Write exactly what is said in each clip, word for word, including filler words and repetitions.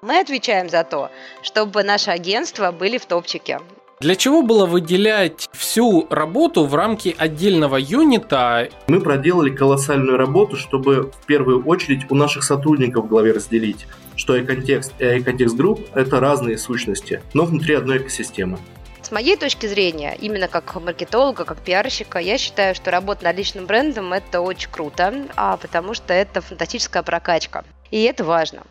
Мы отвечаем за то, чтобы наши агентства были в топчике. Для чего было выделять всю работу в рамки отдельного юнита? Мы проделали колоссальную работу, чтобы в первую очередь у наших сотрудников в голове разделить, что iContext и iContext Group – это разные сущности, но внутри одной экосистемы. С моей точки зрения, именно как маркетолога, как пиарщика, я считаю, что работа над личным брендом – это очень круто, а потому что это фантастическая прокачка, и это важно.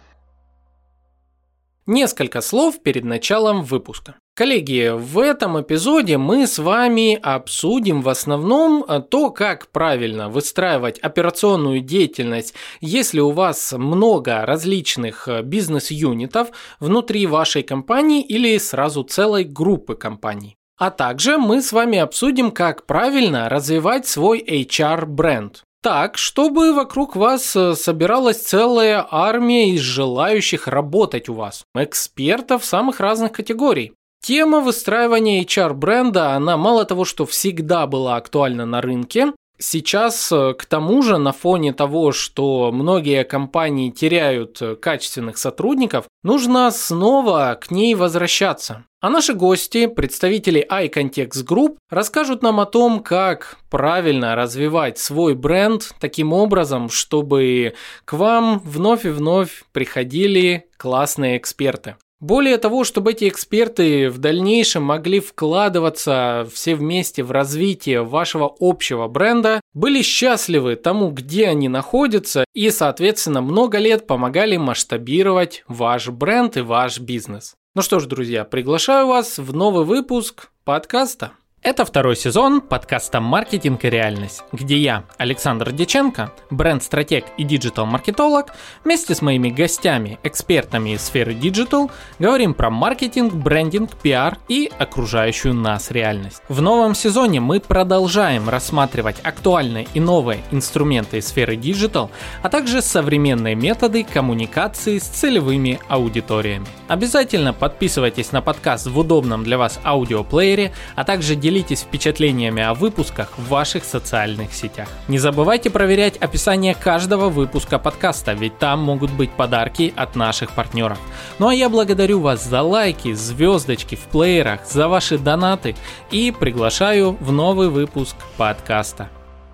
Несколько слов перед началом выпуска. Коллеги, в этом эпизоде мы с вами обсудим в основном то, как правильно выстраивать операционную деятельность, если у вас много различных бизнес-юнитов внутри вашей компании или сразу целой группы компаний. А также мы с вами обсудим, как правильно развивать свой эйч ар-бренд. Так, чтобы вокруг вас собиралась целая армия из желающих работать у вас, экспертов самых разных категорий. Тема выстраивания эйч ар-бренда, она мало того, что всегда была актуальна на рынке, сейчас, к тому же, на фоне того, что многие компании теряют качественных сотрудников, нужно снова к ней возвращаться. А наши гости, представители iContext Group, расскажут нам о том, как правильно развивать свой бренд таким образом, чтобы к вам вновь и вновь приходили классные эксперты. Более того, чтобы эти эксперты в дальнейшем могли вкладываться все вместе в развитие вашего общего бренда, были счастливы тому, где они находятся, и, соответственно, много лет помогали масштабировать ваш бренд и ваш бизнес. Ну что ж, друзья, приглашаю вас в новый выпуск подкаста. Это второй сезон подкаста «Маркетинг и реальность», где я, Александр Дьяченко, бренд-стратег и диджитал-маркетолог, вместе с моими гостями, экспертами из сферы диджитал, говорим про маркетинг, брендинг, пиар и окружающую нас реальность. В новом сезоне мы продолжаем рассматривать актуальные и новые инструменты из сферы диджитал, а также современные методы коммуникации с целевыми аудиториями. Обязательно подписывайтесь на подкаст в удобном для вас аудиоплеере, а также делитесь Делитесь впечатлениями о выпусках в ваших социальных сетях. Не забывайте проверять описание каждого выпуска подкаста, ведь там могут быть подарки от наших партнеров. Ну а я благодарю вас за лайки, звездочки в плеерах, за ваши донаты и приглашаю в новый выпуск подкаста.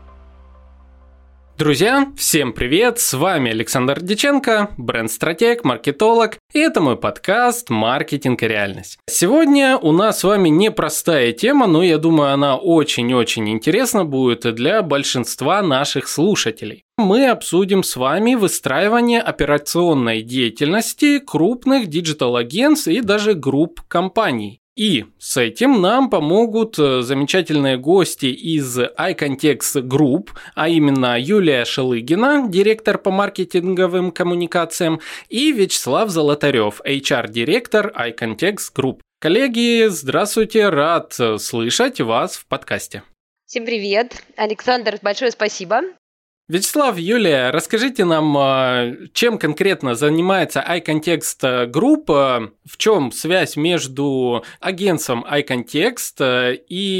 Друзья, всем привет, с вами Александр Дьяченко, бренд-стратег, маркетолог, и это мой подкаст «Маркетинг и реальность». Сегодня у нас с вами непростая тема, но я думаю, она очень-очень интересна будет для большинства наших слушателей. Мы обсудим с вами выстраивание операционной деятельности крупных диджитал-агентств и даже групп компаний. И с этим нам помогут замечательные гости из iContext Group, а именно Юлия Шелыгина, директор по маркетинговым коммуникациям, и Вячеслав Золотарев, эйч ар-директор iContext Group. Коллеги, здравствуйте, рад слышать вас в подкасте. Всем привет, Александр, большое спасибо. Вячеслав, Юлия, расскажите нам, чем конкретно занимается iContext Group, в чем связь между агентством iContext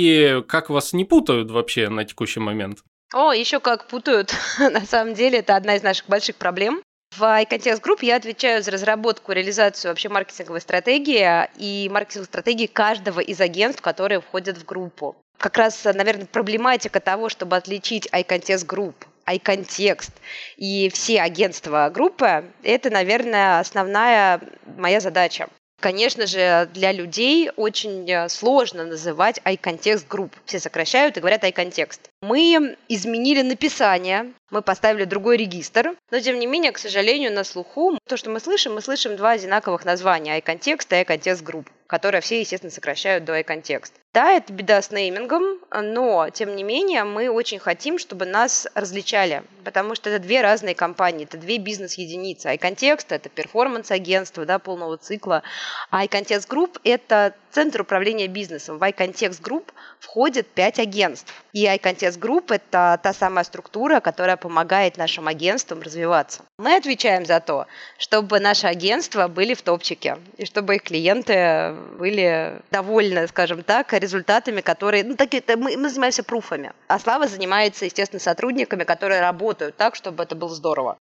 и как вас не путают вообще на текущий момент? О, еще как путают. На самом деле это одна из наших больших проблем. В iContext Group я отвечаю за разработку и реализацию вообще маркетинговой стратегии и маркетинговой стратегии каждого из агентств, которые входят в группу. Как раз, наверное, проблематика того, чтобы отличить iContext Group, iContext и все агентства группы, это, наверное, основная моя задача. Конечно же, для людей очень сложно называть iContext Group. Все сокращают и говорят iContext. Мы изменили написание, мы поставили другой регистр, но, тем не менее, к сожалению, на слуху то, что мы слышим, мы слышим два одинаковых названия iContext и iContext Group, которые все, естественно, сокращают до iContext. Да, это беда с неймингом, но, тем не менее, мы очень хотим, чтобы нас различали, потому что это две разные компании, это две бизнес-единицы. iContext – это перформанс-агентство, да, полного цикла, а iContext Group – это центр управления бизнесом. В iContext Group входит пять агентств. И iContext Group – это та самая структура, которая помогает нашим агентствам развиваться. Мы отвечаем за то, чтобы наши агентства были в топчике, и чтобы их клиенты были довольны, скажем так, результатами, которые… Ну, такие, мы, мы занимаемся пруфами. А Слава занимается, естественно, сотрудниками, которые работают так, чтобы это было здорово.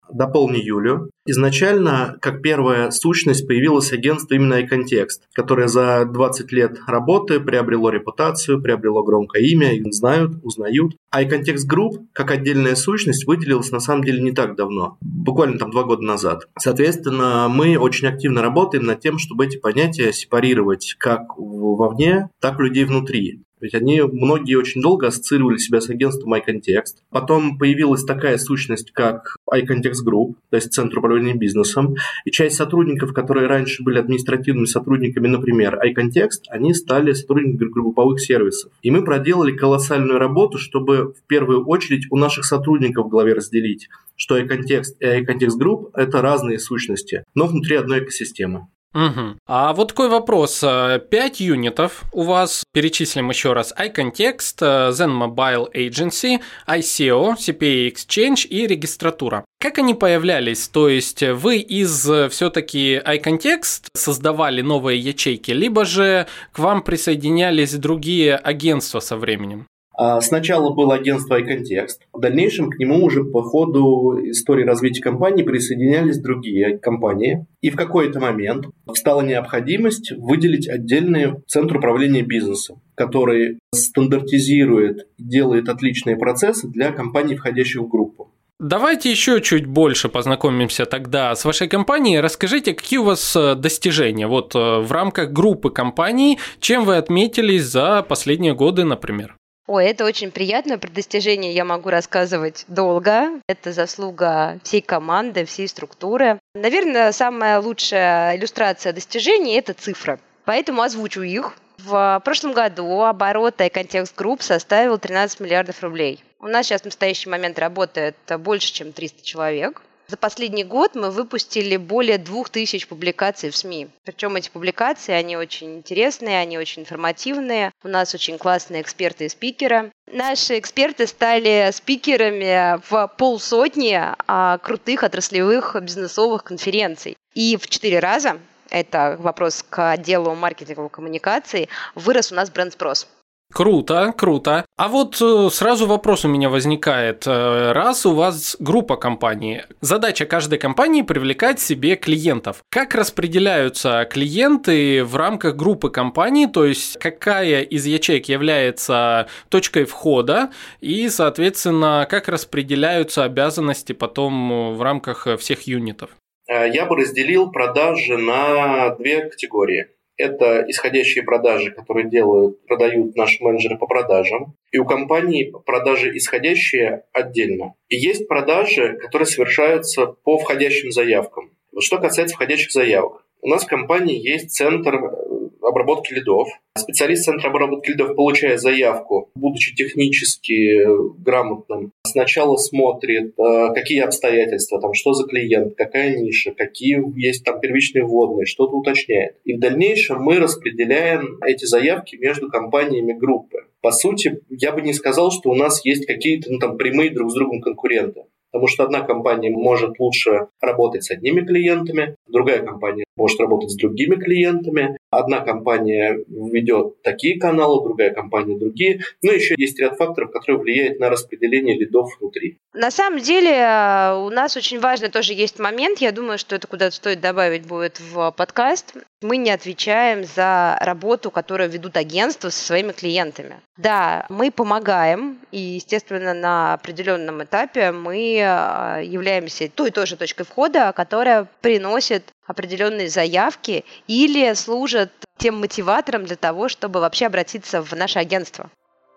Дополню Юлю. Изначально, как первая сущность, появилось агентство именно iContext, которое за двадцать лет работы приобрело репутацию, приобрело громкое имя, их знают, узнают. iContext Group, как отдельная сущность, выделилась на самом деле не так давно, буквально там два года назад. Соответственно, мы очень активно работаем над тем, чтобы эти понятия сепарировать как вовне, так и людей внутри. Ведь они, многие очень долго ассоциировали себя с агентством iContext. Потом появилась такая сущность, как iContext Group, то есть Центр управления бизнесом. И часть сотрудников, которые раньше были административными сотрудниками, например, iContext, они стали сотрудниками групповых сервисов. И мы проделали колоссальную работу, чтобы в первую очередь у наших сотрудников в голове разделить, что iContext и iContext Group – это разные сущности, но внутри одной экосистемы. Угу. А вот такой вопрос. Пять юнитов у вас, перечислим еще раз: iContext, Zen Mobile Agency, ай си о, си пи эй Exchange и регистратура. Как они появлялись? То есть вы из все-таки iContext создавали новые ячейки, либо же к вам присоединялись другие агентства со временем? Сначала было агентство iContext, в дальнейшем к нему уже по ходу истории развития компании присоединялись другие компании. И в какой-то момент встала необходимость выделить отдельный центр управления бизнесом, который стандартизирует и делает отличные процессы для компаний, входящих в группу. Давайте еще чуть больше познакомимся тогда с вашей компанией. Расскажите, какие у вас достижения вот в рамках группы компаний, чем вы отметились за последние годы, например? Ой, это очень приятно. Про достижения я могу рассказывать долго. Это заслуга всей команды, всей структуры. Наверное, самая лучшая иллюстрация достижений – это цифры. Поэтому озвучу их. В прошлом году оборот iContext Group составил тринадцать миллиардов рублей. У нас сейчас в настоящий момент работает больше, чем триста человек. За последний год мы выпустили более двух тысяч публикаций в СМИ. Причем эти публикации, они очень интересные, они очень информативные. У нас очень классные эксперты и спикеры. Наши эксперты стали спикерами в полсотни крутых отраслевых бизнесовых конференций. И в четыре раза, это вопрос к отделу маркетинговой коммуникации, вырос у нас бренд-спрос. Круто, круто. А вот сразу вопрос у меня возникает. Раз у вас группа компаний, задача каждой компании привлекать себе клиентов. Как распределяются клиенты в рамках группы компаний, то есть какая из ячеек является точкой входа и, соответственно, как распределяются обязанности потом в рамках всех юнитов? Я бы разделил продажи на две категории. Это исходящие продажи, которые делают, продают наши менеджеры по продажам. И у компаний продажи исходящие отдельно. И есть продажи, которые совершаются по входящим заявкам. Вот что касается входящих заявок. У нас в компании есть центр обработки лидов. Специалист центра обработки лидов, получая заявку, будучи технически грамотным, сначала смотрит, какие обстоятельства, там, что за клиент, какая ниша, какие есть там первичные вводные, что-то уточняет. И в дальнейшем мы распределяем эти заявки между компаниями группы. По сути, я бы не сказал, что у нас есть какие-то ну, там, прямые друг с другом конкуренты. Потому что одна компания может лучше работать с одними клиентами, другая компания может работать с другими клиентами. Одна компания ведет такие каналы, другая компания другие. Но еще есть ряд факторов, которые влияют на распределение лидов внутри. На самом деле у нас очень важный тоже есть момент. Я думаю, что это куда-то стоит добавить будет в подкаст. Мы не отвечаем за работу, которую ведут агентства со своими клиентами. Да, мы помогаем, и, естественно, на определенном этапе мы являемся той и той же точкой входа, которая приносит определенные заявки или служит тем мотиватором для того, чтобы вообще обратиться в наше агентство.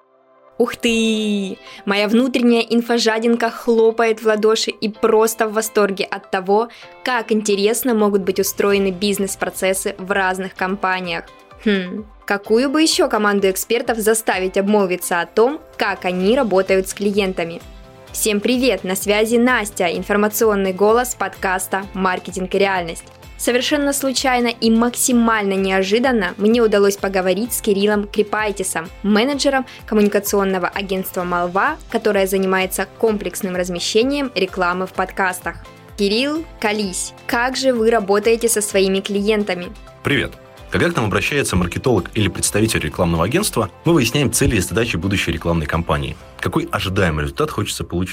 Ух ты! Моя внутренняя инфожадинка хлопает в ладоши и просто в восторге от того, как интересно могут быть устроены бизнес-процессы в разных компаниях. Хм, какую бы еще команду экспертов заставить обмолвиться о том, как они работают с клиентами? Всем привет! На связи Настя, информационный голос подкаста «Маркетинг и реальность». Совершенно случайно и максимально неожиданно мне удалось поговорить с Кириллом Крипайтисом, менеджером коммуникационного агентства «Молва», которое занимается комплексным размещением рекламы в подкастах. Кирилл, колись, как же вы работаете со своими клиентами? Привет! Когда к нам обращается маркетолог или представитель рекламного агентства, мы выясняем цели и задачи будущей рекламной кампании. Какой ожидаемый результат хочется получить.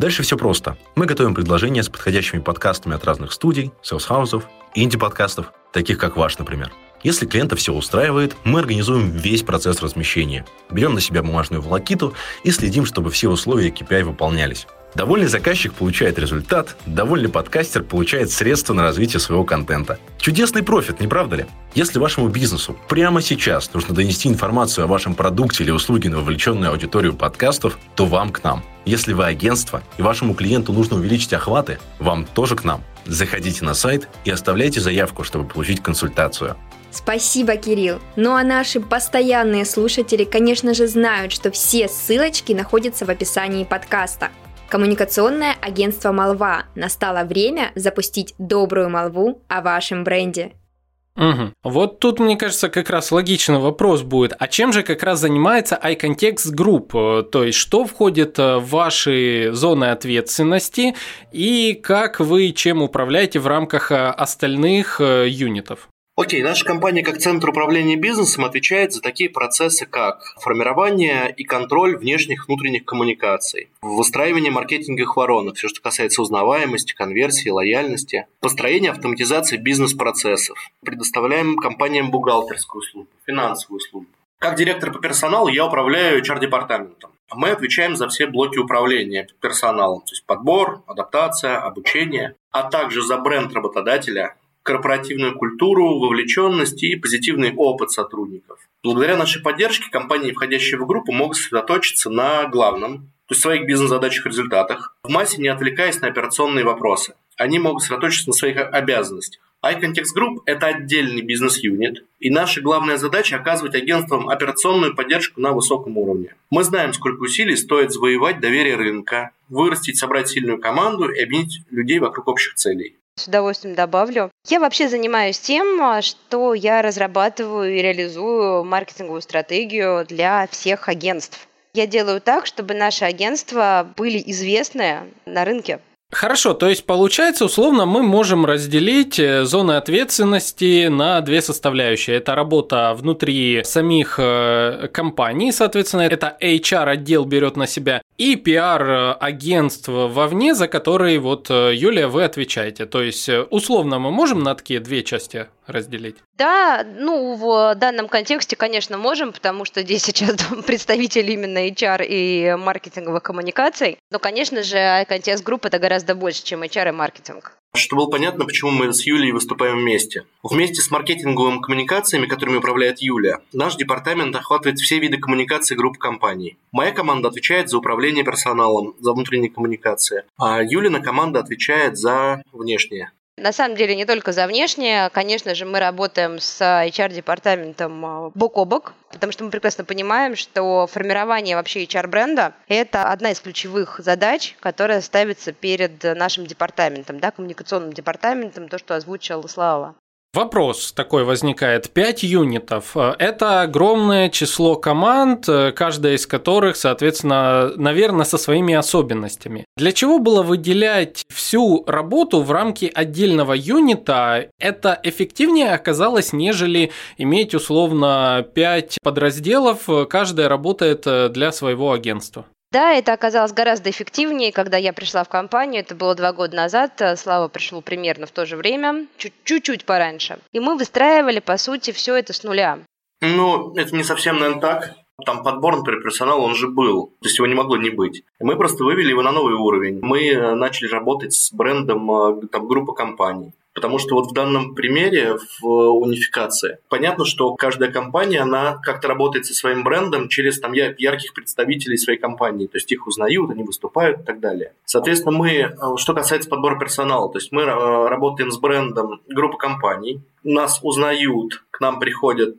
Дальше все просто. Мы готовим предложения с подходящими подкастами от разных студий, селс-хаусов, инди-подкастов, таких как ваш, например. Если клиента все устраивает, мы организуем весь процесс размещения. Берем на себя бумажную волокиту и следим, чтобы все условия кей пи ай выполнялись. Довольный заказчик получает результат, довольный подкастер получает средства на развитие своего контента. Чудесный профит, не правда ли? Если вашему бизнесу прямо сейчас нужно донести информацию о вашем продукте или услуге на вовлеченную аудиторию подкастов, то вам к нам. Если вы агентство и вашему клиенту нужно увеличить охваты, вам тоже к нам. Заходите на сайт и оставляйте заявку, чтобы получить консультацию. Спасибо, Кирилл. Ну а наши постоянные слушатели, конечно же, знают, что все ссылочки находятся в описании подкаста. Коммуникационное агентство «Молва». Настало время запустить добрую молву о вашем бренде. Угу. Вот тут, мне кажется, как раз логичный вопрос будет. А чем же как раз занимается iContext Group? То есть, что входит в ваши зоны ответственности и как вы чем управляете в рамках остальных юнитов? Окей, наша компания как Центр управления бизнесом отвечает за такие процессы, как формирование и контроль внешних и внутренних коммуникаций, выстраивание маркетинговых воронок, все, что касается узнаваемости, конверсии, лояльности, построение автоматизации бизнес-процессов. Предоставляем компаниям бухгалтерскую службу, финансовую службу. Как директор по персоналу я управляю эйч ар-департаментом. Мы отвечаем за все блоки управления персоналом, то есть подбор, адаптация, обучение, а также за бренд работодателя, корпоративную культуру, вовлеченность и позитивный опыт сотрудников. Благодаря нашей поддержке компании, входящие в группу, могут сосредоточиться на главном, то есть своих бизнес-задачах и результатах, в массе не отвлекаясь на операционные вопросы. Они могут сосредоточиться на своих обязанностях. iContext Group – это отдельный бизнес-юнит, и наша главная задача – оказывать агентствам операционную поддержку на высоком уровне. Мы знаем, сколько усилий стоит завоевать доверие рынка, вырастить, собрать сильную команду и объединить людей вокруг общих целей. С удовольствием добавлю. Я вообще занимаюсь тем, что я разрабатываю и реализую маркетинговую стратегию для всех агентств. Я делаю так, чтобы наши агентства были известны на рынке. Хорошо, то есть получается, условно, мы можем разделить зоны ответственности на две составляющие. Это работа внутри самих компаний, соответственно, это эйч ар-отдел берет на себя, и пи ар-агентств вовне, за которые, вот, Юлия, вы отвечаете. То есть, условно, мы можем на такие две части разделить? Да, ну, в данном контексте, конечно, можем, потому что здесь сейчас представители именно эйч ар и маркетинговых коммуникаций. Но, конечно же, iContext Group – это гораздо больше, чем эйч ар и маркетинг. Чтобы было понятно, почему мы с Юлией выступаем вместе. Вместе с маркетинговыми коммуникациями, которыми управляет Юлия, наш департамент охватывает все виды коммуникаций групп компаний. Моя команда отвечает за управление персоналом, за внутренние коммуникации, а Юлина команда отвечает за внешние. На самом деле не только за внешнее, конечно же, мы работаем с эйч ар-департаментом бок о бок, потому что мы прекрасно понимаем, что формирование вообще эйч ар-бренда – это одна из ключевых задач, которая ставится перед нашим департаментом, да, коммуникационным департаментом, то, что озвучил Слава. Вопрос такой возникает. Пять юнитов. Это огромное число команд, каждая из которых, соответственно, наверное, со своими особенностями. Для чего было выделять всю работу в рамки отдельного юнита? Это эффективнее оказалось, нежели иметь условно пять подразделов, каждая работает для своего агентства. Да, это оказалось гораздо эффективнее, когда я пришла в компанию, это было два года назад, Слава пришел примерно в то же время, чуть-чуть пораньше. И мы выстраивали, по сути, все это с нуля. Ну, это не совсем, наверное, так. Там подбор, например, персонала, он же был, то есть его не могло не быть. Мы просто вывели его на новый уровень. Мы начали работать с брендом там, группы компаний. Потому что вот в данном примере, в унификации, понятно, что каждая компания, она как-то работает со своим брендом через там, ярких представителей своей компании. То есть их узнают, они выступают и так далее. Соответственно, мы, что касается подбора персонала, то есть мы работаем с брендом группы компаний, нас узнают, к нам приходят,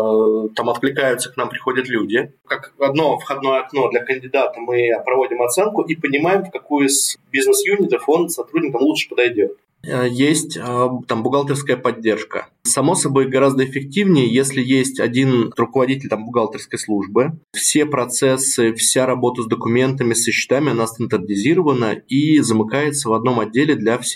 там откликаются, к нам приходят люди. Как одно входное окно для кандидата мы проводим оценку и понимаем, в какую из бизнес-юнитов он сотрудникам лучше подойдет. Есть там бухгалтерская поддержка. Само собой, гораздо эффективнее, если есть один руководитель там, бухгалтерской службы. Все процессы, вся работа с документами, со счетами, она стандартизирована и замыкается в одном отделе для всех.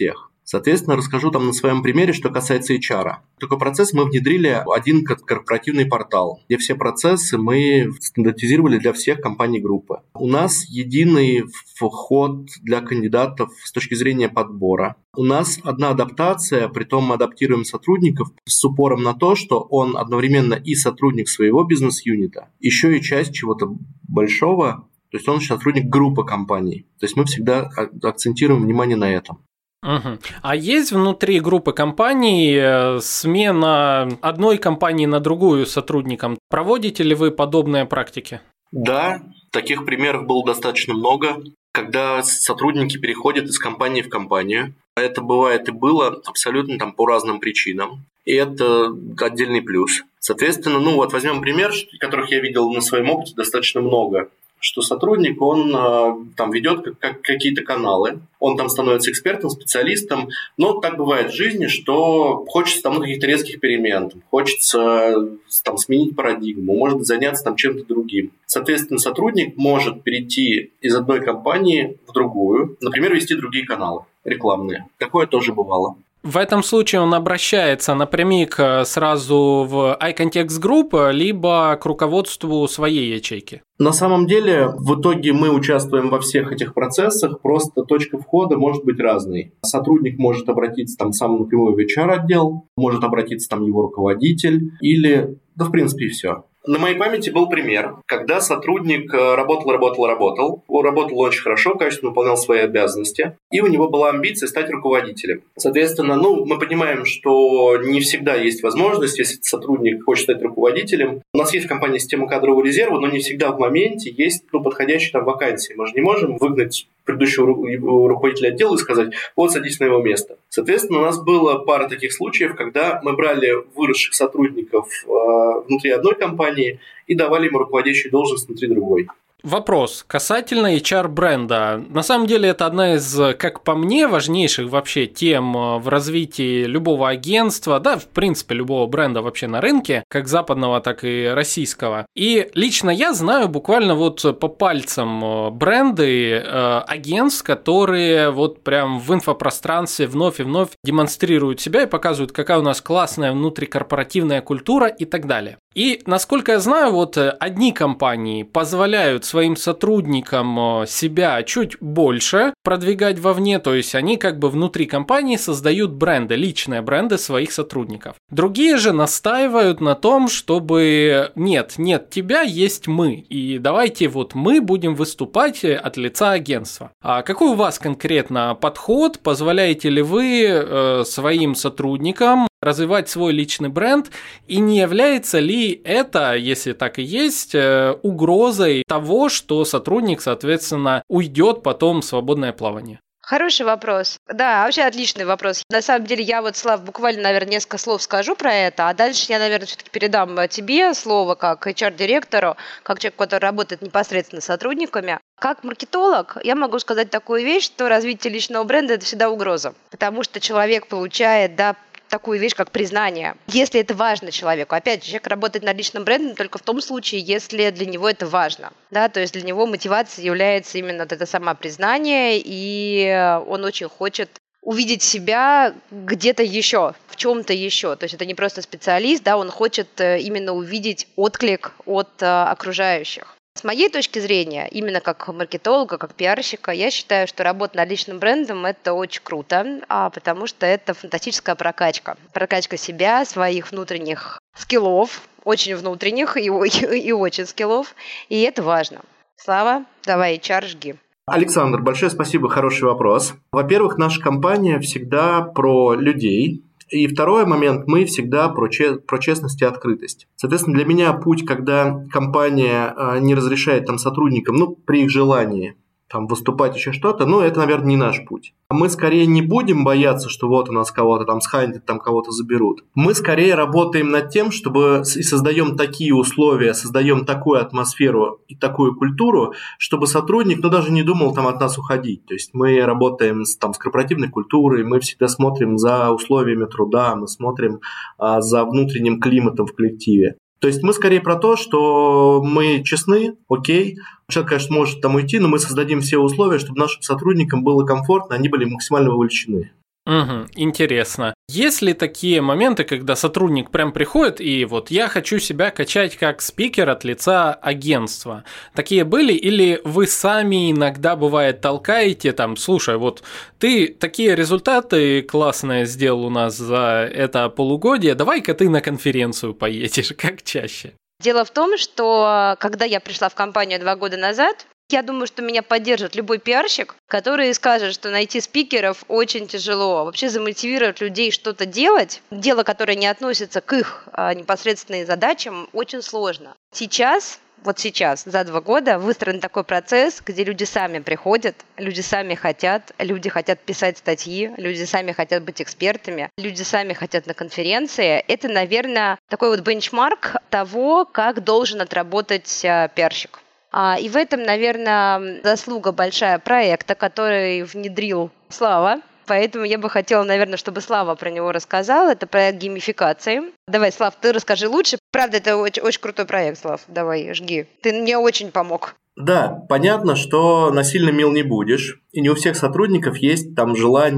Соответственно, расскажу там на своем примере, что касается эйч ар. Такой процесс мы внедрили один корпоративный портал, где все процессы мы стандартизировали для всех компаний группы. У нас единый вход для кандидатов с точки зрения подбора. У нас одна адаптация, притом мы адаптируем сотрудников с упором на то, что он одновременно и сотрудник своего бизнес-юнита, еще и часть чего-то большого, то есть он сотрудник группы компаний. То есть мы всегда акцентируем внимание на этом. Угу. А есть внутри группы компаний смена одной компании на другую сотрудникам? Проводите ли вы подобные практики? Да, таких примеров было достаточно много, когда сотрудники переходят из компании в компанию. Это бывает и было абсолютно там по разным причинам. И это отдельный плюс. Соответственно, ну вот возьмем пример, которых я видел на своем опыте достаточно много. Что сотрудник, он там ведет как, какие-то каналы, он там становится экспертом, специалистом, но так бывает в жизни, что хочется там каких-то резких перемен, хочется там сменить парадигму, может быть, заняться там чем-то другим. Соответственно, сотрудник может перейти из одной компании в другую, например, вести другие каналы рекламные. Такое тоже бывало. В этом случае он обращается напрямик сразу в iContext Group, либо к руководству своей ячейки. На самом деле, в итоге мы участвуем во всех этих процессах, просто точка входа может быть разной. Сотрудник может обратиться там сам напрямую в эйч ар-отдел, может обратиться там его руководитель, или, да, в принципе, и все. На моей памяти был пример, когда сотрудник работал, работал, работал. Он работал очень хорошо, качественно выполнял свои обязанности, и у него была амбиция стать руководителем. Соответственно, ну, мы понимаем, что не всегда есть возможность, если сотрудник хочет стать руководителем. У нас есть в компании система кадрового резерва, но не всегда в моменте есть ну, подходящие там вакансии. Мы же не можем выгнать предыдущего руководителя отдела и сказать, вот, садись на его место. Соответственно, у нас было пара таких случаев, когда мы брали выросших сотрудников э, внутри одной компании и давали ему руководящую должность внутри другой. Вопрос касательно эйч ар-бренда. На самом деле это одна из, как по мне, важнейших вообще тем в развитии любого агентства, да, в принципе, любого бренда вообще на рынке, как западного, так и российского. И лично я знаю буквально вот по пальцам бренды э, агентств, которые вот прям в инфопространстве вновь и вновь демонстрируют себя и показывают, какая у нас классная внутрикорпоративная культура и так далее. И, насколько я знаю, вот одни компании позволяют своим сотрудникам себя чуть больше продвигать вовне, то есть они как бы внутри компании создают бренды, личные бренды своих сотрудников. Другие же настаивают на том, чтобы нет, нет тебя, есть мы, и давайте вот мы будем выступать от лица агентства. А какой у вас конкретно подход? Позволяете ли вы э, своим сотрудникам развивать свой личный бренд, и не является ли это, если так и есть, угрозой того, что сотрудник, соответственно, уйдет потом в свободное плавание? Хороший вопрос. Да, вообще отличный вопрос. На самом деле я вот, Слав, буквально, наверное, несколько слов скажу про это, а дальше я, наверное, все-таки передам тебе слово как эйч ар-директору, как человеку, который работает непосредственно с сотрудниками. Как маркетолог я могу сказать такую вещь, что развитие личного бренда – это всегда угроза, потому что человек получает, да, такую вещь, как признание, если это важно человеку. Опять же, человек работает над личным брендом только в том случае, если для него это важно. Да? То есть для него мотивацией является именно вот это самопризнание, и он очень хочет увидеть себя где-то еще, в чем-то еще. То есть это не просто специалист, да, он хочет именно увидеть отклик от окружающих. С моей точки зрения, именно как маркетолога, как пиарщика, я считаю, что работа над личным брендом – это очень круто, потому что это фантастическая прокачка. Прокачка себя, своих внутренних скиллов, очень внутренних и, и, и очень скиллов, и это важно. Слава, давай, эйч ар, жги. Александр, большое спасибо, хороший вопрос. Во-первых, наша компания всегда про людей. И второй момент, мы всегда про, че- про честность и открытость. Соответственно, для меня путь, когда компания э, не разрешает там сотрудникам, ну, при их желании, там, выступать еще что-то, ну, это, наверное, не наш путь. Мы скорее не будем бояться, что вот у нас кого-то там схантят, там кого-то заберут. Мы скорее работаем над тем, чтобы и создаем такие условия, создаем такую атмосферу и такую культуру, чтобы сотрудник, ну, даже не думал там от нас уходить. То есть мы работаем с, там, с корпоративной культурой, мы всегда смотрим за условиями труда, мы смотрим а, за внутренним климатом в коллективе. То есть мы скорее про то, что мы честны, окей, человек, конечно, может там уйти, но мы создадим все условия, чтобы нашим сотрудникам было комфортно, они были максимально вовлечены. Угу, интересно. Есть ли такие моменты, когда сотрудник прям приходит и вот я хочу себя качать как спикер от лица агентства? Такие были? Или вы сами иногда, бывает, толкаете там, слушай, вот ты такие результаты классные сделал у нас за это полугодие, давай-ка ты на конференцию поедешь, как чаще? Дело в том, что когда я пришла в компанию два года назад, я думаю, что меня поддержит любой пиарщик, который скажет, что найти спикеров очень тяжело. Вообще замотивировать людей что-то делать, дело, которое не относится к их а, непосредственным задачам, очень сложно. Сейчас, вот сейчас, за два года выстроен такой процесс, где люди сами приходят, люди сами хотят, люди хотят писать статьи, люди сами хотят быть экспертами, люди сами хотят на конференции. Это, наверное, такой вот бенчмарк того, как должен отработать а, пиарщик. И в этом, наверное, заслуга большая проекта, который внедрил Слава. Поэтому я бы хотела, наверное, чтобы Слава про него рассказал. Это проект геймификации. Давай, Слав, ты расскажи лучше. Правда, это очень, очень крутой проект, Слав. Давай, жги. Ты мне очень помог. Да, понятно, что насильно мил не будешь, и не у всех сотрудников есть там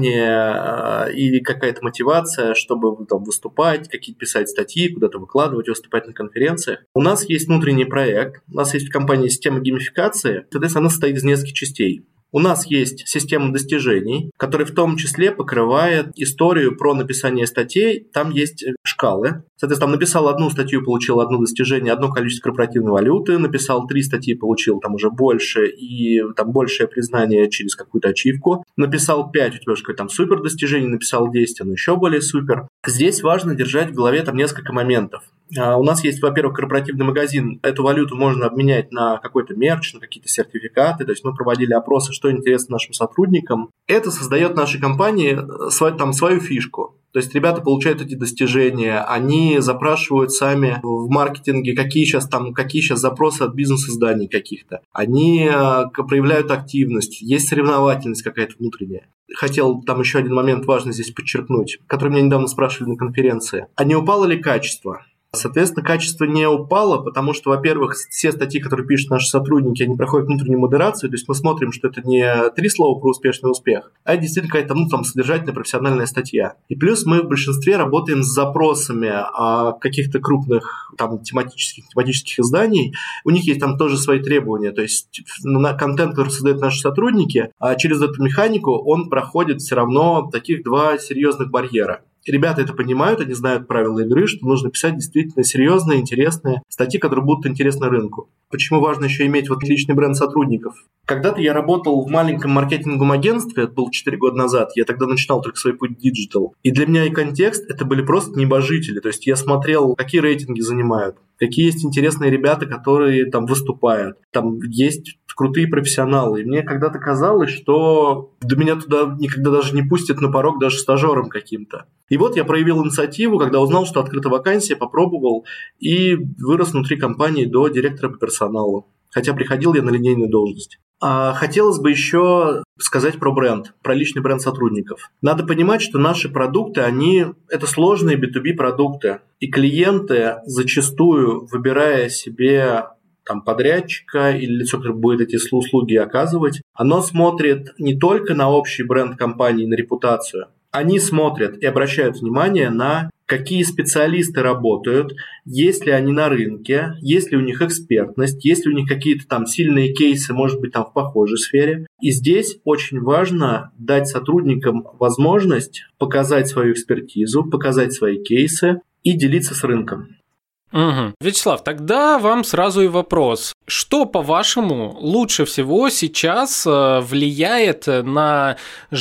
желание э, или какая-то мотивация, чтобы там выступать, какие-то писать статьи, куда-то выкладывать, выступать на конференциях. У нас есть внутренний проект, у нас есть в компании система геймификации, соответственно, она состоит из нескольких частей. У нас есть система достижений, которая в том числе покрывает историю про написание статей. Там есть шкалы. Соответственно, там написал одну статью, получил одно достижение, одно количество корпоративной валюты, написал три статьи, получил там уже больше и там большее признание через какую-то ачивку. Написал пять, у тебя уже какое-то там супер достижение, написал десять, оно еще более супер. Здесь важно держать в голове там несколько моментов. У нас есть, во-первых, корпоративный магазин. Эту валюту можно обменять на какой-то мерч, на какие-то сертификаты. То есть мы проводили опросы, что интересно нашим сотрудникам. Это создает нашей компании свою, там, свою фишку. То есть ребята получают эти достижения, они запрашивают сами в маркетинге, какие сейчас, там, какие сейчас запросы от бизнес-изданий каких-то. Они э, проявляют активность, есть соревновательность какая-то внутренняя. Хотел там еще один момент важный здесь подчеркнуть, который меня недавно спрашивали на конференции. А не упало ли качество? Соответственно, качество не упало, потому что, во-первых, все статьи, которые пишут наши сотрудники, они проходят внутреннюю модерацию, то есть мы смотрим, что это не три слова про успешный успех, а действительно какая-то ну, там, содержательная профессиональная статья. И плюс мы в большинстве работаем с запросами а, каких-то крупных там, тематических, тематических изданий, у них есть там тоже свои требования, то есть на контент, который создают наши сотрудники, а через эту механику он проходит все равно таких два серьезных барьера. Ребята это понимают, они знают правила игры, что нужно писать действительно серьезные, интересные статьи, которые будут интересны рынку. Почему важно еще иметь вот личный бренд сотрудников? Когда-то я работал в маленьком маркетинговом агентстве, это было четыре года назад, я тогда начинал только свой путь в диджитал. И для меня и контекст это были просто небожители. То есть я смотрел, какие рейтинги занимают, какие есть интересные ребята, которые там выступают. Там есть крутые профессионалы. И мне когда-то казалось, что до меня туда никогда даже не пустят на порог даже стажером каким-то. И вот я проявил инициативу, когда узнал, что открыта вакансия, попробовал и вырос внутри компании до директора по персоналу. Хотя приходил я на линейную должность. А хотелось бы еще сказать про бренд, про личный бренд сотрудников. Надо понимать, что наши продукты, они это сложные би ту би продукты. И клиенты зачастую, выбирая себе там, подрядчика или лицо, которое будет эти услуги оказывать, оно смотрит не только на общий бренд компании, на репутацию. Они смотрят и обращают внимание на какие специалисты работают, есть ли они на рынке, есть ли у них экспертность, есть ли у них какие-то там сильные кейсы, может быть, там в похожей сфере. И здесь очень важно дать сотрудникам возможность показать свою экспертизу, показать свои кейсы и делиться с рынком. Угу. Вячеслав, тогда вам сразу и вопрос. Что, по-вашему, лучше всего сейчас влияет на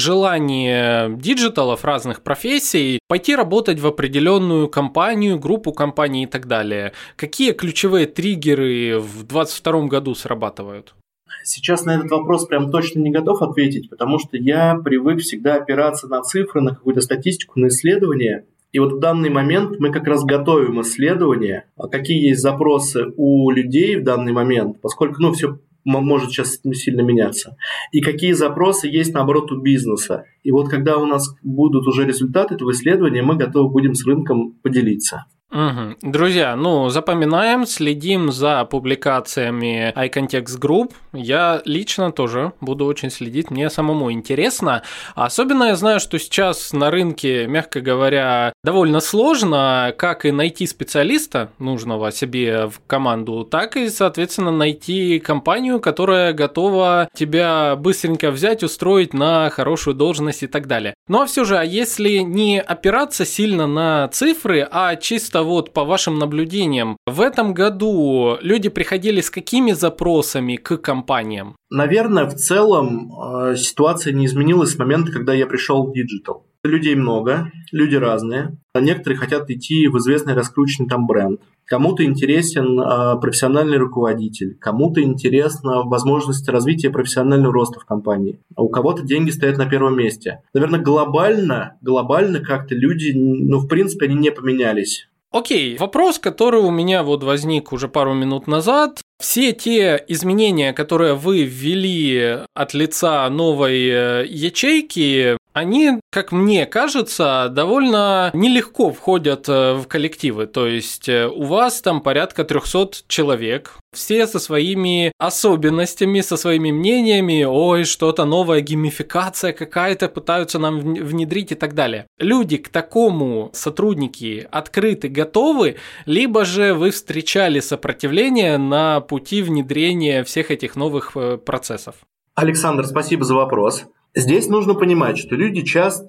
желание диджиталов разных профессий пойти работать в определенную компанию, группу компаний и так далее? Какие ключевые триггеры в двадцать втором году срабатывают? Сейчас на этот вопрос прям точно не готов ответить, потому что я привык всегда опираться на цифры, на какую-то статистику, на исследования. И вот в данный момент мы как раз готовим исследования, какие есть запросы у людей в данный момент, поскольку ну, все может сейчас сильно меняться, и какие запросы есть, наоборот, у бизнеса. И вот когда у нас будут уже результаты этого исследования, мы готовы будем с рынком поделиться. Угу. Друзья, ну, запоминаем, следим за публикациями iContext Group. Я лично тоже буду очень следить, мне самому интересно. Особенно я знаю, что сейчас на рынке, мягко говоря, довольно сложно как и найти специалиста нужного себе в команду, так и, соответственно, найти компанию, которая готова тебя быстренько взять, устроить на хорошую должность и так далее. Ну а все же, а если не опираться сильно на цифры, а чисто вот по вашим наблюдениям, в этом году люди приходили с какими запросами к компаниям? Наверное, в целом э, ситуация не изменилась с момента, когда я пришел в диджитал. Людей много, люди разные. Некоторые хотят идти в известный раскрученный там бренд. Кому-то интересен э, профессиональный руководитель, кому-то интересна возможность развития профессионального роста в компании. А у кого-то деньги стоят на первом месте. Наверное, глобально, глобально как-то люди, ну, в принципе, они не поменялись. Окей, вопрос, который у меня вот возник уже пару минут назад. Все те изменения, которые вы ввели от лица новой ячейки, они, как мне кажется, довольно нелегко входят в коллективы. То есть у вас там порядка триста человек, все со своими особенностями, со своими мнениями, ой, что-то новая геймификация какая-то пытаются нам внедрить и так далее. Люди к такому, сотрудники, открыты, готовы, либо же вы встречали сопротивление на пути внедрения всех этих новых процессов? Александр, спасибо за вопрос. Здесь нужно понимать, что люди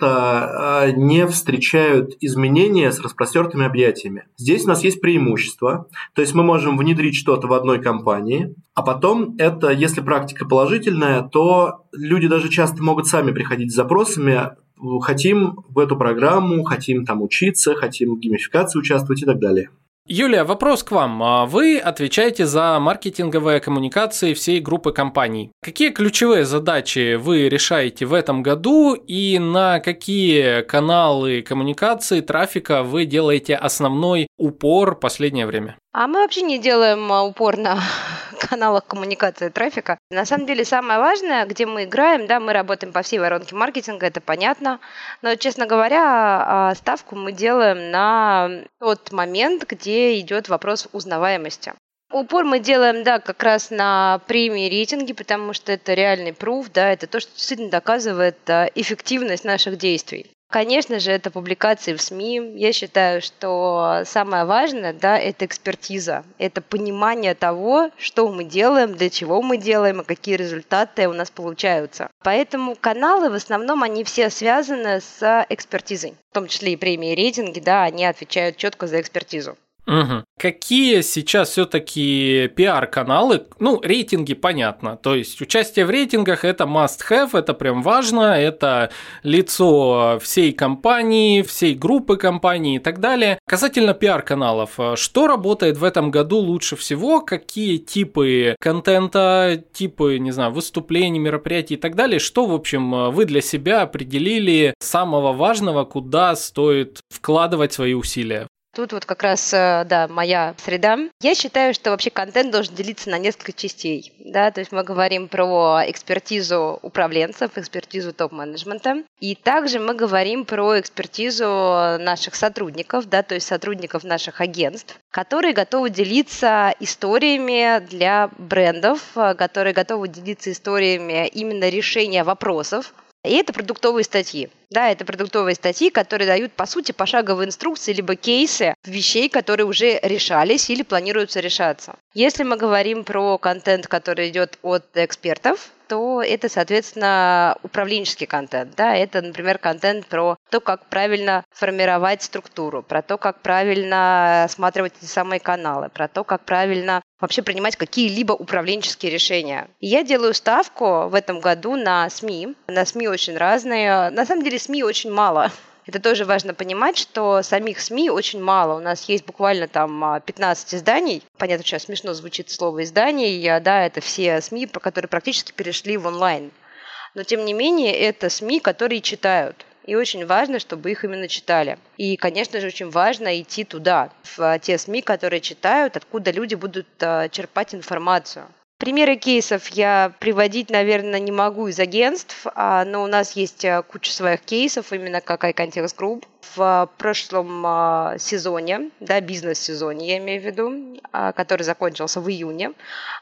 часто не встречают изменения с распростертыми объятиями. Здесь у нас есть преимущество, то есть мы можем внедрить что-то в одной компании, а потом это, если практика положительная, то люди даже часто могут сами приходить с запросами: хотим в эту программу, хотим там учиться, хотим в геймификации участвовать и так далее. Юлия, вопрос к вам. Вы отвечаете за маркетинговые коммуникации всей группы компаний. Какие ключевые задачи вы решаете в этом году и на какие каналы коммуникации, трафика вы делаете основной упор в последнее время? А мы вообще не делаем упор на каналах коммуникации трафика. На самом деле самое важное, где мы играем, да, мы работаем по всей воронке маркетинга, это понятно, но, честно говоря, ставку мы делаем на тот момент, где идет вопрос узнаваемости. Упор мы делаем, да, как раз на премии и рейтинги, потому что это реальный пруф, да, это то, что действительно доказывает эффективность наших действий. Конечно же, это публикации в СМИ. Я считаю, что самое важное, да, это экспертиза, это понимание того, что мы делаем, для чего мы делаем и какие результаты у нас получаются. Поэтому каналы в основном они все связаны с экспертизой, в том числе и премии и рейтинги, да, они отвечают четко за экспертизу. Угу. Какие сейчас все-таки пиар-каналы? Ну, рейтинги, понятно. То есть участие в рейтингах – это must-have, это прям важно, это лицо всей компании, всей группы компаний и так далее. Касательно пиар-каналов, что работает в этом году лучше всего? Какие типы контента, типы, не знаю, выступлений, мероприятий и так далее? Что, в общем, вы для себя определили самого важного, куда стоит вкладывать свои усилия? Тут вот как раз, да, моя среда. Я считаю, что вообще контент должен делиться на несколько частей. Да? То есть мы говорим про экспертизу управленцев, экспертизу топ-менеджмента. И также мы говорим про экспертизу наших сотрудников, да, то есть сотрудников наших агентств, которые готовы делиться историями для брендов, которые готовы делиться историями именно решения вопросов. И это продуктовые статьи. Да, это продуктовые статьи, которые дают, по сути, пошаговые инструкции, либо кейсы вещей, которые уже решались или планируются решаться. Если мы говорим про контент, который идет от экспертов, то это, соответственно, управленческий контент. Да? Это, например, контент про то, как правильно формировать структуру, про то, как правильно осматривать эти самые каналы, про то, как правильно вообще принимать какие-либо управленческие решения. И я делаю ставку в этом году на СМИ. На СМИ очень разные. На самом деле СМИ очень мало. Это тоже важно понимать, что самих СМИ очень мало. У нас есть буквально там пятнадцать изданий. Понятно, сейчас смешно звучит слово «издание». Да, это все СМИ, которые практически перешли в онлайн. Но, тем не менее, это СМИ, которые читают. И очень важно, чтобы их именно читали. И, конечно же, очень важно идти туда, в те СМИ, которые читают, откуда люди будут черпать информацию. Примеры кейсов я приводить, наверное, не могу из агентств, но у нас есть куча своих кейсов, именно как iContext Group. В прошлом сезоне, да, бизнес-сезоне, я имею в виду, который закончился в июне,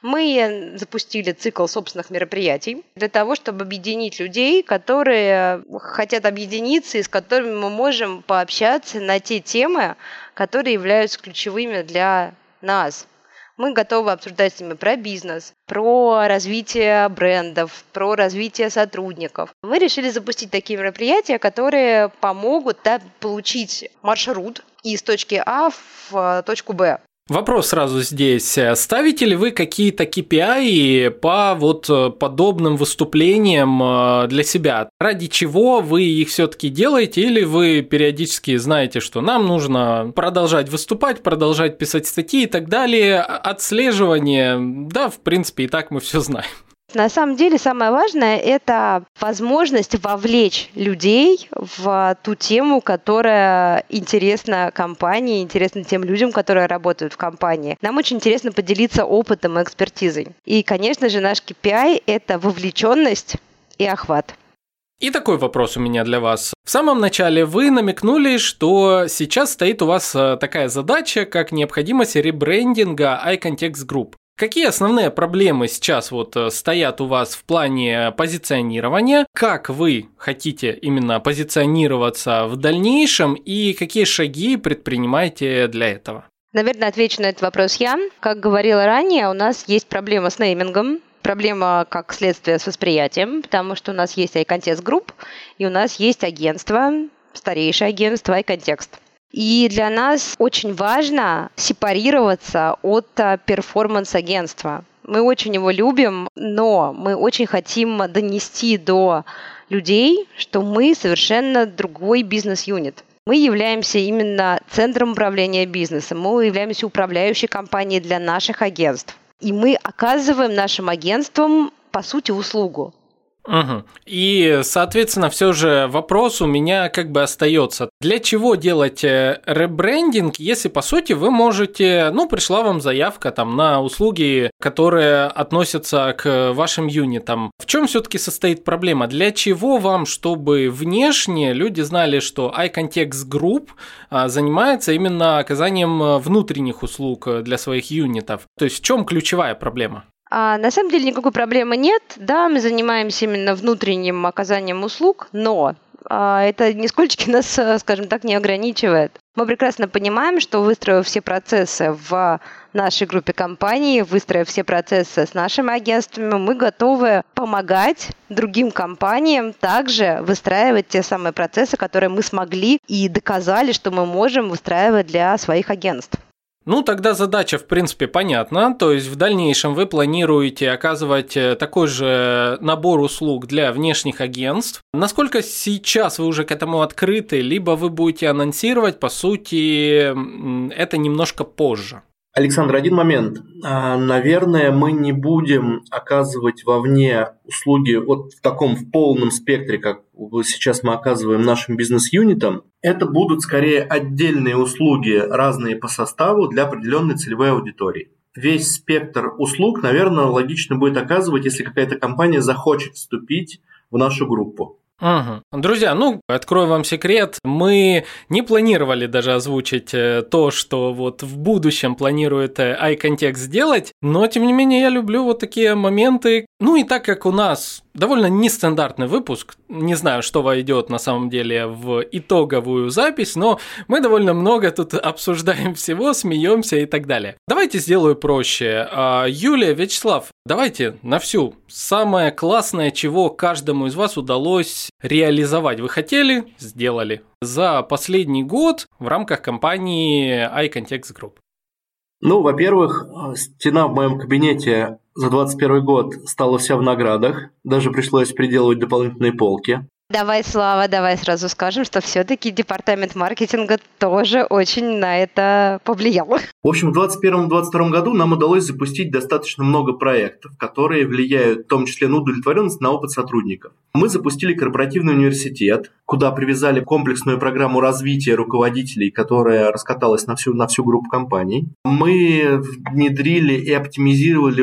мы запустили цикл собственных мероприятий для того, чтобы объединить людей, которые хотят объединиться и с которыми мы можем пообщаться на те темы, которые являются ключевыми для нас. Мы готовы обсуждать с ними про бизнес, про развитие брендов, про развитие сотрудников. Мы решили запустить такие мероприятия, которые помогут, да, получить маршрут из точки А в точку Б. Вопрос сразу здесь. Ставите ли вы какие-то кей пи ай по вот подобным выступлениям для себя? Ради чего вы их все-таки делаете? Или вы периодически знаете, что нам нужно продолжать выступать, продолжать писать статьи и так далее? Отслеживание, да, в принципе, и так мы все знаем. На самом деле самое важное – это возможность вовлечь людей в ту тему, которая интересна компании, интересна тем людям, которые работают в компании. Нам очень интересно поделиться опытом и экспертизой. И, конечно же, наш кей пи ай – это вовлеченность и охват. И такой вопрос у меня для вас. В самом начале вы намекнули, что сейчас стоит у вас такая задача, как необходимость ребрендинга iContext Group. Какие основные проблемы сейчас вот стоят у вас в плане позиционирования? Как вы хотите именно позиционироваться в дальнейшем и какие шаги предпринимаете для этого? Наверное, отвечу на этот вопрос я. Как говорила ранее, у нас есть проблема с неймингом. Проблема как следствие с восприятием, потому что у нас есть iContext Group и у нас есть агентство, старейшее агентство iContext. И для нас очень важно сепарироваться от перформанс-агентства. Мы очень его любим, но мы очень хотим донести до людей, что мы совершенно другой бизнес-юнит. Мы являемся именно центром управления бизнесом, мы являемся управляющей компанией для наших агентств. И мы оказываем нашим агентствам, по сути, услугу. Угу. И, соответственно, все же вопрос у меня как бы остается. Для чего делать ребрендинг, если, по сути, вы можете, ну, пришла вам заявка там на услуги, которые относятся к вашим юнитам. В чем все-таки состоит проблема? Для чего вам, чтобы внешне люди знали, что iContext Group занимается именно оказанием внутренних услуг для своих юнитов? То есть в чем ключевая проблема? А, на самом деле никакой проблемы нет. Да, мы занимаемся именно внутренним оказанием услуг, но а, это нисколько нас, скажем так, не ограничивает. Мы прекрасно понимаем, что выстроив все процессы в нашей группе компаний, выстроив все процессы с нашими агентствами, мы готовы помогать другим компаниям также выстраивать те самые процессы, которые мы смогли и доказали, что мы можем выстраивать для своих агентств. Ну, тогда задача, в принципе, понятна. То есть в дальнейшем вы планируете оказывать такой же набор услуг для внешних агентств. Насколько сейчас вы уже к этому открыты, либо вы будете анонсировать, по сути, это немножко позже? Александр, один момент. Наверное, мы не будем оказывать вовне услуги вот в таком в полном спектре, как сейчас мы оказываем нашим бизнес-юнитам. Это будут скорее отдельные услуги, разные по составу для определенной целевой аудитории. Весь спектр услуг, наверное, логично будет оказывать, если какая-то компания захочет вступить в нашу группу. Угу. Друзья, ну, открою вам секрет, мы не планировали даже озвучить то, что вот в будущем планирует iContext сделать, но, тем не менее, я люблю вот такие моменты. Ну и так как у нас довольно нестандартный выпуск, не знаю, что войдет на самом деле в итоговую запись, но мы довольно много тут обсуждаем всего, смеемся и так далее. Давайте сделаю проще. Юлия, Вячеслав, давайте на всю. Самое классное, чего каждому из вас удалось реализовать. Вы хотели? Сделали. За последний год в рамках компании iContext Group. Ну, во-первых, стена в моем кабинете за двадцать первый год стала вся в наградах. Даже пришлось приделывать дополнительные полки. Давай, Слава, давай сразу скажем, что все-таки департамент маркетинга тоже очень на это повлиял. В общем, в двадцать первом - двадцать втором году нам удалось запустить достаточно много проектов, которые влияют в том числе на удовлетворенность, на опыт сотрудников. Мы запустили корпоративный университет, куда привязали комплексную программу развития руководителей, которая раскаталась на всю, на всю группу компаний. Мы внедрили и оптимизировали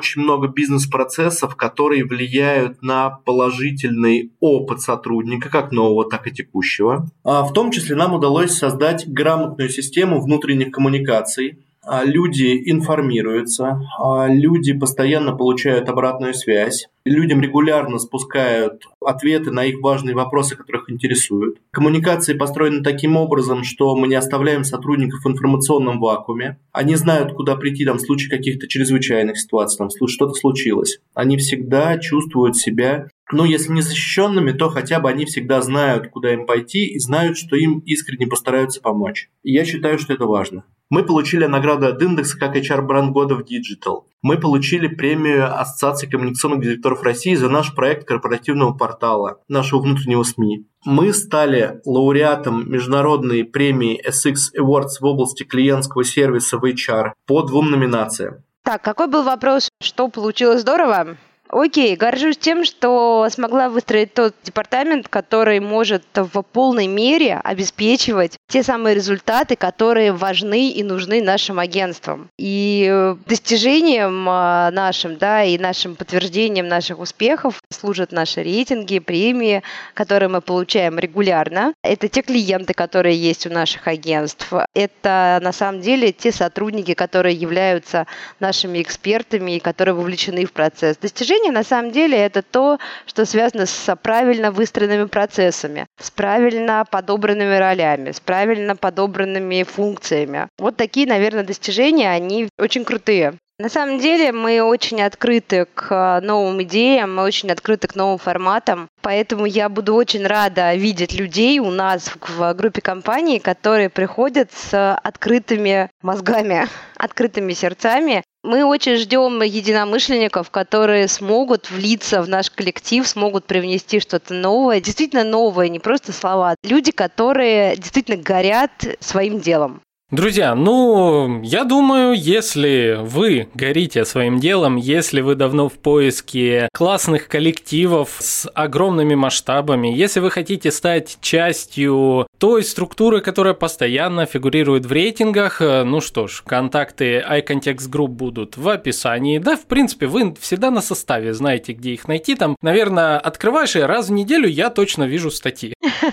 очень много бизнес-процессов, которые влияют на положительный опыт сотрудника, как нового, так и текущего. В том числе нам удалось создать грамотную систему внутренних коммуникаций. Люди информируются, люди постоянно получают обратную связь, людям регулярно спускают ответы на их важные вопросы, которые их интересуют. Коммуникации построены таким образом, что мы не оставляем сотрудников в информационном вакууме. Они знают, куда прийти там, в случае каких-то чрезвычайных ситуаций, там, в случае что-то случилось. Они всегда чувствуют себя, ну, если не защищенными, то хотя бы они всегда знают, куда им пойти и знают, что им искренне постараются помочь. И я считаю, что это важно. Мы получили награду от индекса как эйч ар-бренд года в Digital. Мы получили премию Ассоциации коммуникационных директоров России за наш проект корпоративного портала, нашего внутреннего СМИ. Мы стали лауреатом международной премии эс икс Awards в области клиентского сервиса в эйч ар по двум номинациям. Так, какой был вопрос? Что получилось здорово? Окей, горжусь тем, что смогла выстроить тот департамент, который может в полной мере обеспечивать те самые результаты, которые важны и нужны нашим агентствам. И достижением нашим, да, и нашим подтверждением наших успехов служат наши рейтинги, премии, которые мы получаем регулярно. Это те клиенты, которые есть у наших агентств. Это на самом деле те сотрудники, которые являются нашими экспертами и которые вовлечены в процесс. Достижения на самом деле это то, что связано с правильно выстроенными процессами, с правильно подобранными ролями, с правильно подобранными функциями. Вот такие, наверное, достижения, они очень крутые. На самом деле мы очень открыты к новым идеям, мы очень открыты к новым форматам, поэтому я буду очень рада видеть людей у нас в группе компаний, которые приходят с открытыми мозгами, открытыми сердцами. Мы очень ждем единомышленников, которые смогут влиться в наш коллектив, смогут привнести что-то новое, действительно новое, не просто слова. Люди, которые действительно горят своим делом. Друзья, ну, я думаю, если вы горите своим делом, если вы давно в поиске классных коллективов с огромными масштабами, если вы хотите стать частью той структуры, которая постоянно фигурирует в рейтингах, ну что ж, контакты iContext Group будут в описании. Да, в принципе, вы всегда на составе знаете, где их найти. Там, наверное, открываешь, и раз в неделю я точно вижу статьи.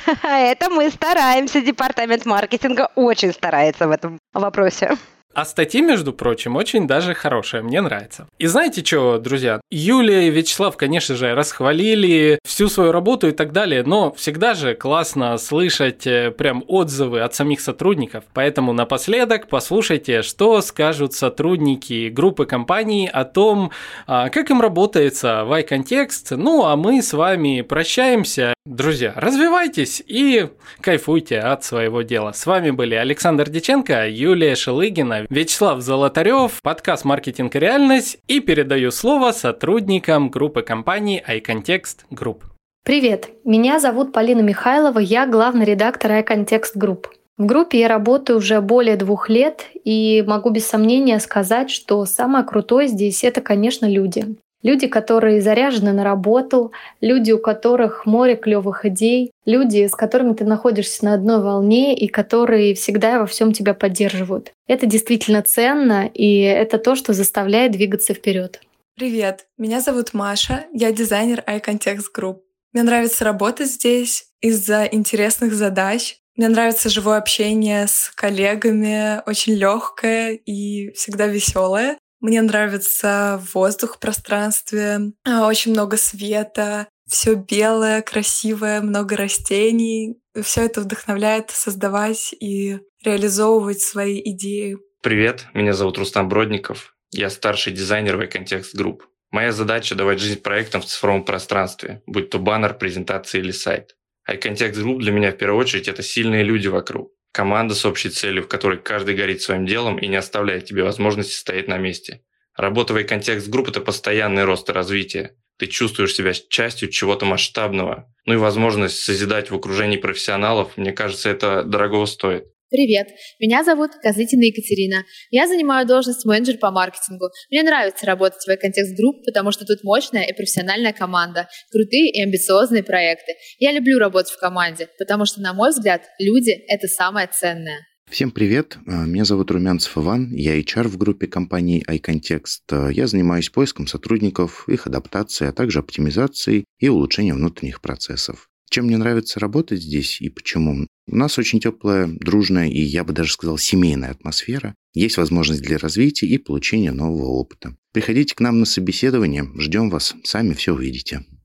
Это мы стараемся, департамент маркетинга очень старается в этом вопросе. А статьи, между прочим, очень даже хорошие, мне нравится. И знаете что, друзья, Юлия и Вячеслав, конечно же, расхвалили всю свою работу и так далее, но всегда же классно слышать прям отзывы от самих сотрудников. Поэтому напоследок послушайте, что скажут сотрудники группы компаний о том, как им работается в iContext. Ну, а мы с вами прощаемся. Друзья, развивайтесь и кайфуйте от своего дела. С вами были Александр Диченко, Юлия Шелыгина, Вячеслав Золотарев, подкаст «Маркетинг и реальность», и передаю слово сотрудникам группы компаний iContext Group. Привет, меня зовут Полина Михайлова, я главный редактор iContext Group. В группе я работаю уже более двух лет и могу без сомнения сказать, что самое крутое здесь — это, конечно, люди. Люди, которые заряжены на работу, люди, у которых море клевых идей, люди, с которыми ты находишься на одной волне и которые всегда во всем тебя поддерживают. Это действительно ценно, и это то, что заставляет двигаться вперед. Привет, меня зовут Маша, я дизайнер iContext Group. Мне нравится работать здесь из-за интересных задач. Мне нравится живое общение с коллегами, очень легкое и всегда веселое. Мне нравится воздух в пространстве, очень много света, все белое, красивое, много растений. Все это вдохновляет создавать и реализовывать свои идеи. Привет, меня зовут Рустам Бродников. Я старший дизайнер в iContext Group. Моя задача — давать жизнь проектам в цифровом пространстве, будь то баннер, презентация или сайт. iContext Group для меня в первую очередь — это сильные люди вокруг. Команда с общей целью, в которой каждый горит своим делом и не оставляет тебе возможности стоять на месте. Работа в iContext Group — это постоянный рост и развитие. Ты чувствуешь себя частью чего-то масштабного. Ну и возможность созидать в окружении профессионалов, мне кажется, это дорого стоит. Привет, меня зовут Козытина Екатерина. Я занимаю должность менеджер по маркетингу. Мне нравится работать в iContext Group, потому что тут мощная и профессиональная команда, крутые и амбициозные проекты. Я люблю работать в команде, потому что, на мой взгляд, люди — это самое ценное. Всем привет, меня зовут Румянцев Иван, я эйч ар в группе компании iContext. Я занимаюсь поиском сотрудников, их адаптацией, а также оптимизацией и улучшением внутренних процессов. Чем мне нравится работать здесь и почему? У нас очень теплая, дружная и, я бы даже сказал, семейная атмосфера. Есть возможность для развития и получения нового опыта. Приходите к нам на собеседование, ждем вас, сами все увидите.